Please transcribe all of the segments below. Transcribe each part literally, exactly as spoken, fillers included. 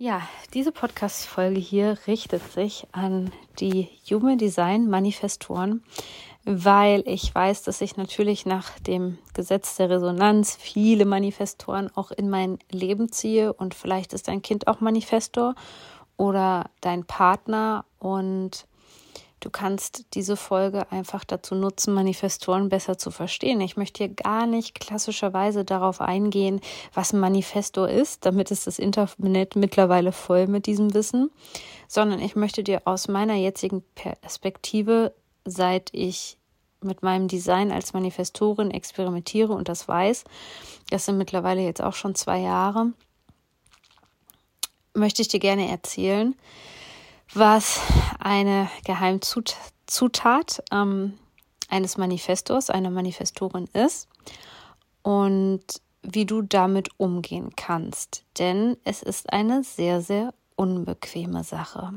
Ja, diese Podcast-Folge hier richtet sich an die Human Design Manifestoren, weil ich weiß, dass ich natürlich nach dem Gesetz der Resonanz viele Manifestoren auch in mein Leben ziehe und vielleicht ist dein Kind auch Manifestor oder dein Partner und du kannst diese Folge einfach dazu nutzen, Manifestoren besser zu verstehen. Ich möchte hier gar nicht klassischerweise darauf eingehen, was ein Manifestor ist, damit ist das Internet mittlerweile voll mit diesem Wissen, sondern ich möchte dir aus meiner jetzigen Perspektive, seit ich mit meinem Design als Manifestorin experimentiere und das weiß, das sind mittlerweile jetzt auch schon zwei Jahre, möchte ich dir gerne erzählen, was eine Geheimzutat ähm, eines Manifestors, einer Manifestorin ist und wie du damit umgehen kannst. Denn es ist eine sehr, sehr unbequeme Sache.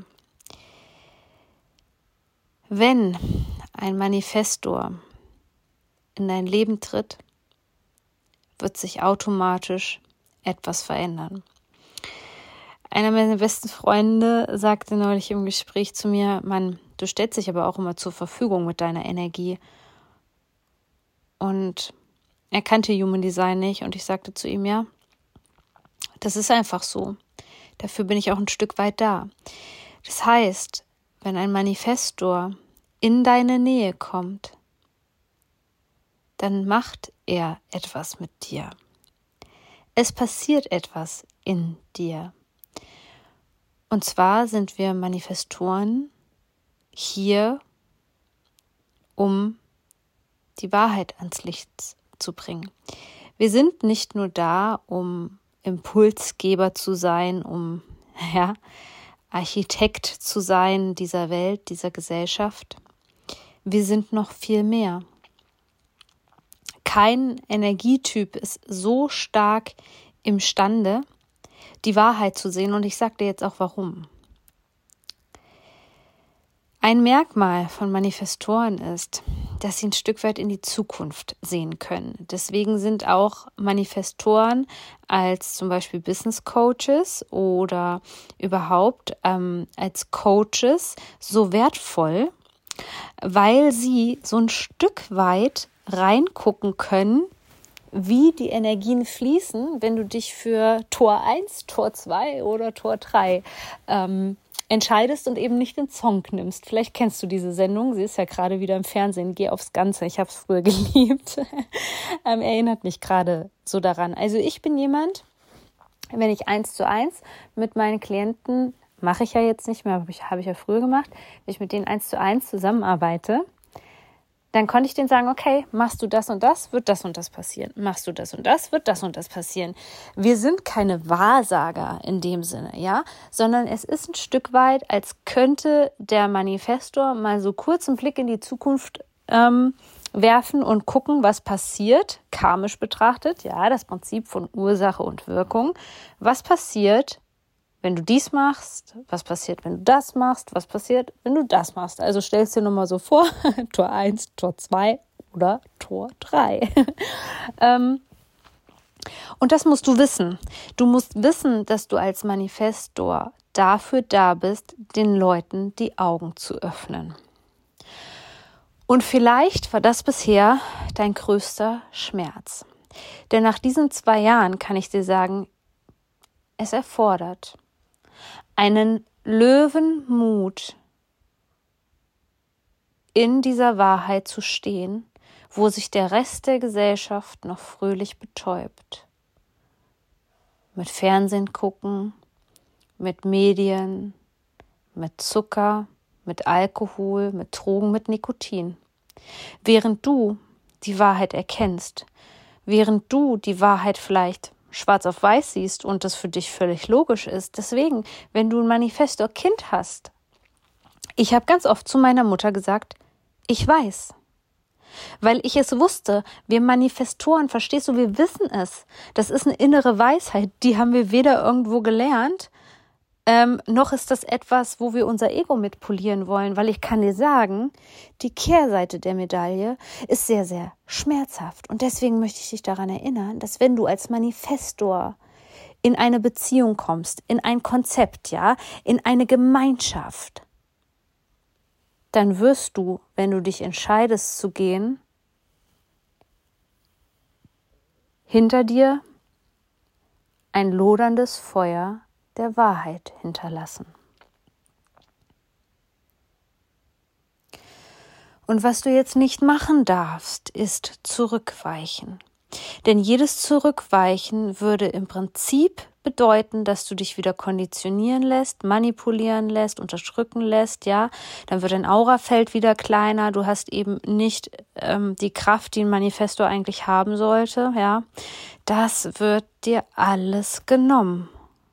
Wenn ein Manifestor in dein Leben tritt, wird sich automatisch etwas verändern. Einer meiner besten Freunde sagte neulich im Gespräch zu mir, Mann, du stellst dich aber auch immer zur Verfügung mit deiner Energie. Und er kannte Human Design nicht und ich sagte zu ihm, ja, das ist einfach so. Dafür bin ich auch ein Stück weit da. Das heißt, wenn ein Manifestor in deine Nähe kommt, dann macht er etwas mit dir. Es passiert etwas in dir. Und zwar sind wir Manifestoren hier, um die Wahrheit ans Licht zu bringen. Wir sind nicht nur da, um Impulsgeber zu sein, um ja, Architekt zu sein dieser Welt, dieser Gesellschaft. Wir sind noch viel mehr. Kein Energietyp ist so stark imstande, die Wahrheit zu sehen und ich sage dir jetzt auch warum. Ein Merkmal von Manifestoren ist, dass sie ein Stück weit in die Zukunft sehen können. Deswegen sind auch Manifestoren als zum Beispiel Business Coaches oder überhaupt ähm, als Coaches so wertvoll, weil sie so ein Stück weit reingucken können, wie die Energien fließen, wenn du dich für Tor eins, Tor zwei oder Tor drei ähm, entscheidest und eben nicht den Song nimmst. Vielleicht kennst du diese Sendung, sie ist ja gerade wieder im Fernsehen, geh aufs Ganze, ich habe es früher geliebt, ähm, erinnert mich gerade so daran. Also ich bin jemand, wenn ich eins zu eins mit meinen Klienten, mache ich ja jetzt nicht mehr, habe ich, habe ich ja früher gemacht, wenn ich mit denen eins zu eins zusammenarbeite, dann konnte ich denen sagen, okay, machst du das und das, wird das und das passieren. Machst du das und das, wird das und das passieren. Wir sind keine Wahrsager in dem Sinne, ja, sondern es ist ein Stück weit, als könnte der Manifestor mal so kurz einen Blick in die Zukunft ähm, werfen und gucken, was passiert, karmisch betrachtet, ja, das Prinzip von Ursache und Wirkung. Was passiert, wenn du dies machst, was passiert, wenn du das machst, was passiert, wenn du das machst. Also stellst dir nur mal so vor, Tor eins, Tor zwei oder Tor drei. ähm, und das musst du wissen. Du musst wissen, dass du als Manifestor dafür da bist, den Leuten die Augen zu öffnen. Und vielleicht war das bisher dein größter Schmerz. Denn nach diesen zwei Jahren kann ich dir sagen, es erfordert einen Löwenmut, in dieser Wahrheit zu stehen, wo sich der Rest der Gesellschaft noch fröhlich betäubt. Mit Fernsehen gucken, mit Medien, mit Zucker, mit Alkohol, mit Drogen, mit Nikotin. Während du die Wahrheit erkennst, während du die Wahrheit vielleicht schwarz auf weiß siehst und das für dich völlig logisch ist. Deswegen, wenn du ein Manifestor-Kind hast, ich habe ganz oft zu meiner Mutter gesagt, ich weiß. Weil ich es wusste, wir Manifestoren, verstehst du, wir wissen es. Das ist eine innere Weisheit, die haben wir weder irgendwo gelernt, Ähm, noch ist das etwas, wo wir unser Ego mit polieren wollen, weil ich kann dir sagen, die Kehrseite der Medaille ist sehr, sehr schmerzhaft. Und deswegen möchte ich dich daran erinnern, dass wenn du als Manifestor in eine Beziehung kommst, in ein Konzept, ja, in eine Gemeinschaft, dann wirst du, wenn du dich entscheidest zu gehen, hinter dir ein loderndes Feuer der Wahrheit hinterlassen. Und was du jetzt nicht machen darfst, ist zurückweichen. Denn jedes Zurückweichen würde im Prinzip bedeuten, dass du dich wieder konditionieren lässt, manipulieren lässt, unterdrücken lässt, ja. Dann wird dein Aurafeld wieder kleiner. Du hast eben nicht ähm, die Kraft, die ein Manifestor eigentlich haben sollte, ja. Das wird dir alles genommen.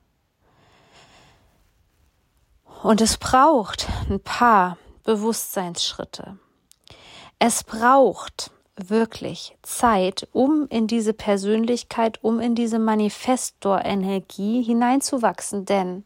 Und es braucht ein paar Bewusstseinsschritte. Es braucht wirklich Zeit, um in diese Persönlichkeit, um in diese Manifestor-Energie hineinzuwachsen, denn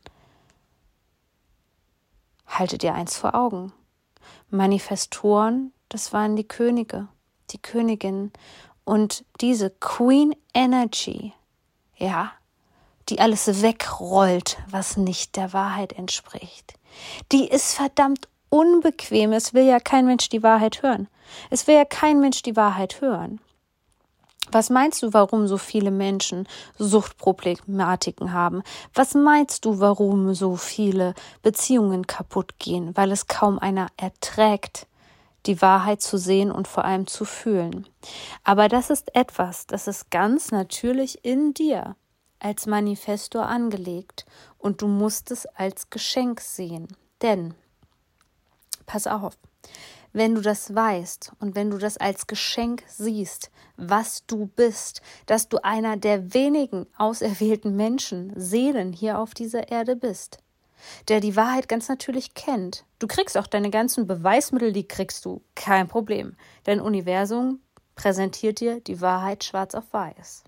haltet ihr eins vor Augen, Manifestoren, das waren die Könige, die Königinnen und diese Queen Energy, ja, die alles wegrollt, was nicht der Wahrheit entspricht, die ist verdammt unbequem. Es will ja kein Mensch die Wahrheit hören. Es will ja kein Mensch die Wahrheit hören. Was meinst du, warum so viele Menschen Suchtproblematiken haben? Was meinst du, warum so viele Beziehungen kaputt gehen? Weil es kaum einer erträgt, die Wahrheit zu sehen und vor allem zu fühlen. Aber das ist etwas, das ist ganz natürlich in dir als Manifestor angelegt und du musst es als Geschenk sehen. Denn pass auf, wenn du das weißt und wenn du das als Geschenk siehst, was du bist, dass du einer der wenigen auserwählten Menschen, Seelen hier auf dieser Erde bist, der die Wahrheit ganz natürlich kennt. Du kriegst auch deine ganzen Beweismittel, die kriegst du, kein Problem. Dein Universum präsentiert dir die Wahrheit schwarz auf weiß.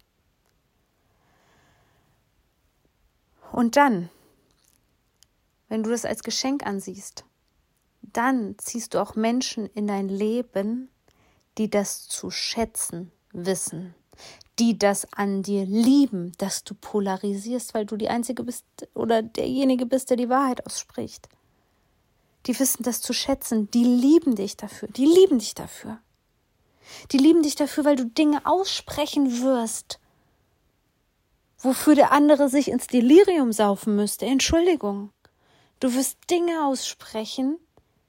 Und dann, wenn du das als Geschenk ansiehst, dann ziehst du auch Menschen in dein Leben, die das zu schätzen wissen, die das an dir lieben, dass du polarisierst, weil du die Einzige bist oder derjenige bist, der die Wahrheit ausspricht. Die wissen das zu schätzen, die lieben dich dafür, die lieben dich dafür. Die lieben dich dafür, weil du Dinge aussprechen wirst, wofür der andere sich ins Delirium saufen müsste. Entschuldigung, du wirst Dinge aussprechen,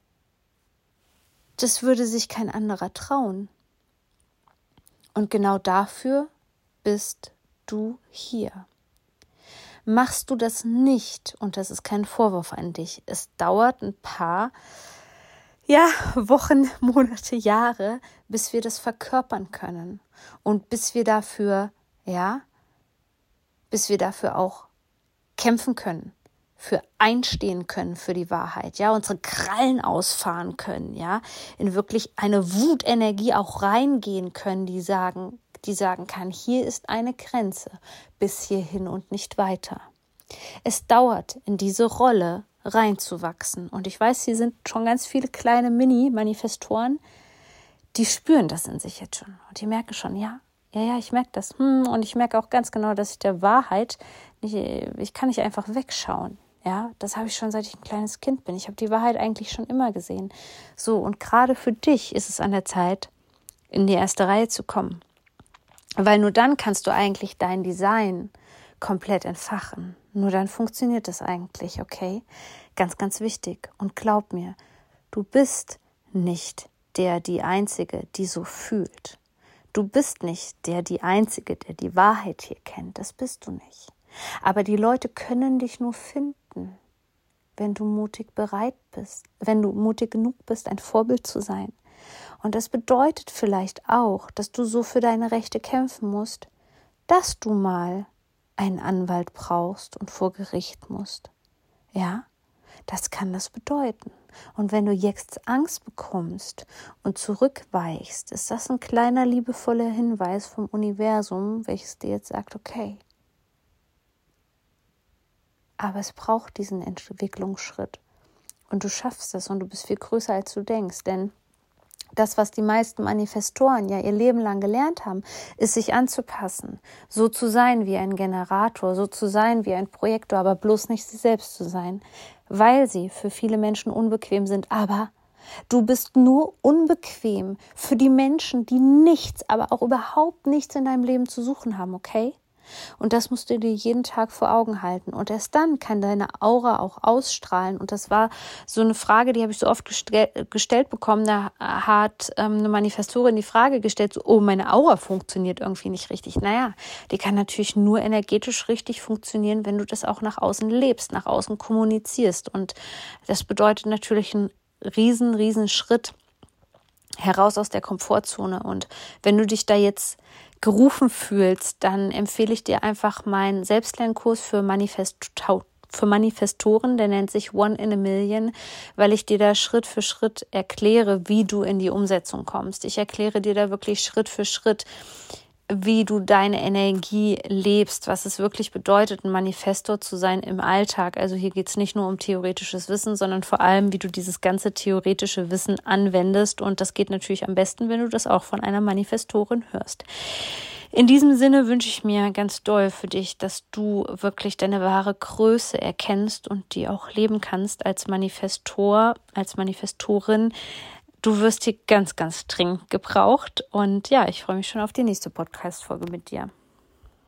das würde sich kein anderer trauen. Und genau dafür bist du hier. Machst du das nicht, und das ist kein Vorwurf an dich, es dauert ein paar ja, Wochen, Monate, Jahre, bis wir das verkörpern können und bis wir dafür, ja, bis wir dafür auch kämpfen können, für einstehen können für die Wahrheit, ja, unsere Krallen ausfahren können, ja, in wirklich eine Wutenergie auch reingehen können, die sagen, die sagen kann, hier ist eine Grenze, bis hierhin und nicht weiter. Es dauert, in diese Rolle reinzuwachsen. Und ich weiß, hier sind schon ganz viele kleine Mini-Manifestoren, die spüren das in sich jetzt schon. Und die merken schon, ja, ja, ja, ich merke das. Hm, und ich merke auch ganz genau, dass ich der Wahrheit, nicht, ich kann nicht einfach wegschauen. Ja, das habe ich schon, seit ich ein kleines Kind bin. Ich habe die Wahrheit eigentlich schon immer gesehen. So, und gerade für dich ist es an der Zeit, in die erste Reihe zu kommen. Weil nur dann kannst du eigentlich dein Design komplett entfachen. Nur dann funktioniert das eigentlich, okay? Ganz, ganz wichtig. Und glaub mir, du bist nicht der, die Einzige, die so fühlt. Du bist nicht der, die Einzige, der die Wahrheit hier kennt. Das bist du nicht. Aber die Leute können dich nur finden, wenn du mutig bereit bist, wenn du mutig genug bist, ein Vorbild zu sein. Und das bedeutet vielleicht auch, dass du so für deine Rechte kämpfen musst, dass du mal einen Anwalt brauchst und vor Gericht musst. Ja, das kann das bedeuten. Und wenn du jetzt Angst bekommst und zurückweichst, ist das ein kleiner liebevoller Hinweis vom Universum, welches dir jetzt sagt, okay, aber es braucht diesen Entwicklungsschritt. Und du schaffst das und du bist viel größer, als du denkst. Denn Das, was die meisten Manifestoren ja ihr Leben lang gelernt haben, ist, sich anzupassen, so zu sein wie ein Generator, so zu sein wie ein Projektor, aber bloß nicht sie selbst zu sein, weil sie für viele Menschen unbequem sind. Aber du bist nur unbequem für die Menschen, die nichts, aber auch überhaupt nichts in deinem Leben zu suchen haben, okay? Und das musst du dir jeden Tag vor Augen halten. Und erst dann kann deine Aura auch ausstrahlen. Und das war so eine Frage, die habe ich so oft gestell, gestellt bekommen. Da hat ähm, eine Manifestorin die Frage gestellt, so, oh, meine Aura funktioniert irgendwie nicht richtig. Naja, die kann natürlich nur energetisch richtig funktionieren, wenn du das auch nach außen lebst, nach außen kommunizierst. Und das bedeutet natürlich einen riesen, riesen Schritt heraus aus der Komfortzone. Und wenn du dich da jetzt gerufen fühlst, dann empfehle ich dir einfach meinen Selbstlernkurs für Manifesto- für Manifestoren, der nennt sich One in a Million, weil ich dir da Schritt für Schritt erkläre, wie du in die Umsetzung kommst. Ich erkläre dir da wirklich Schritt für Schritt, wie du deine Energie lebst, was es wirklich bedeutet, ein Manifestor zu sein im Alltag. Also hier geht es nicht nur um theoretisches Wissen, sondern vor allem, wie du dieses ganze theoretische Wissen anwendest. Und das geht natürlich am besten, wenn du das auch von einer Manifestorin hörst. In diesem Sinne wünsche ich mir ganz doll für dich, dass du wirklich deine wahre Größe erkennst und die auch leben kannst als Manifestor, als Manifestorin. Du wirst hier ganz, ganz dringend gebraucht. Und ja, ich freue mich schon auf die nächste Podcast-Folge mit dir.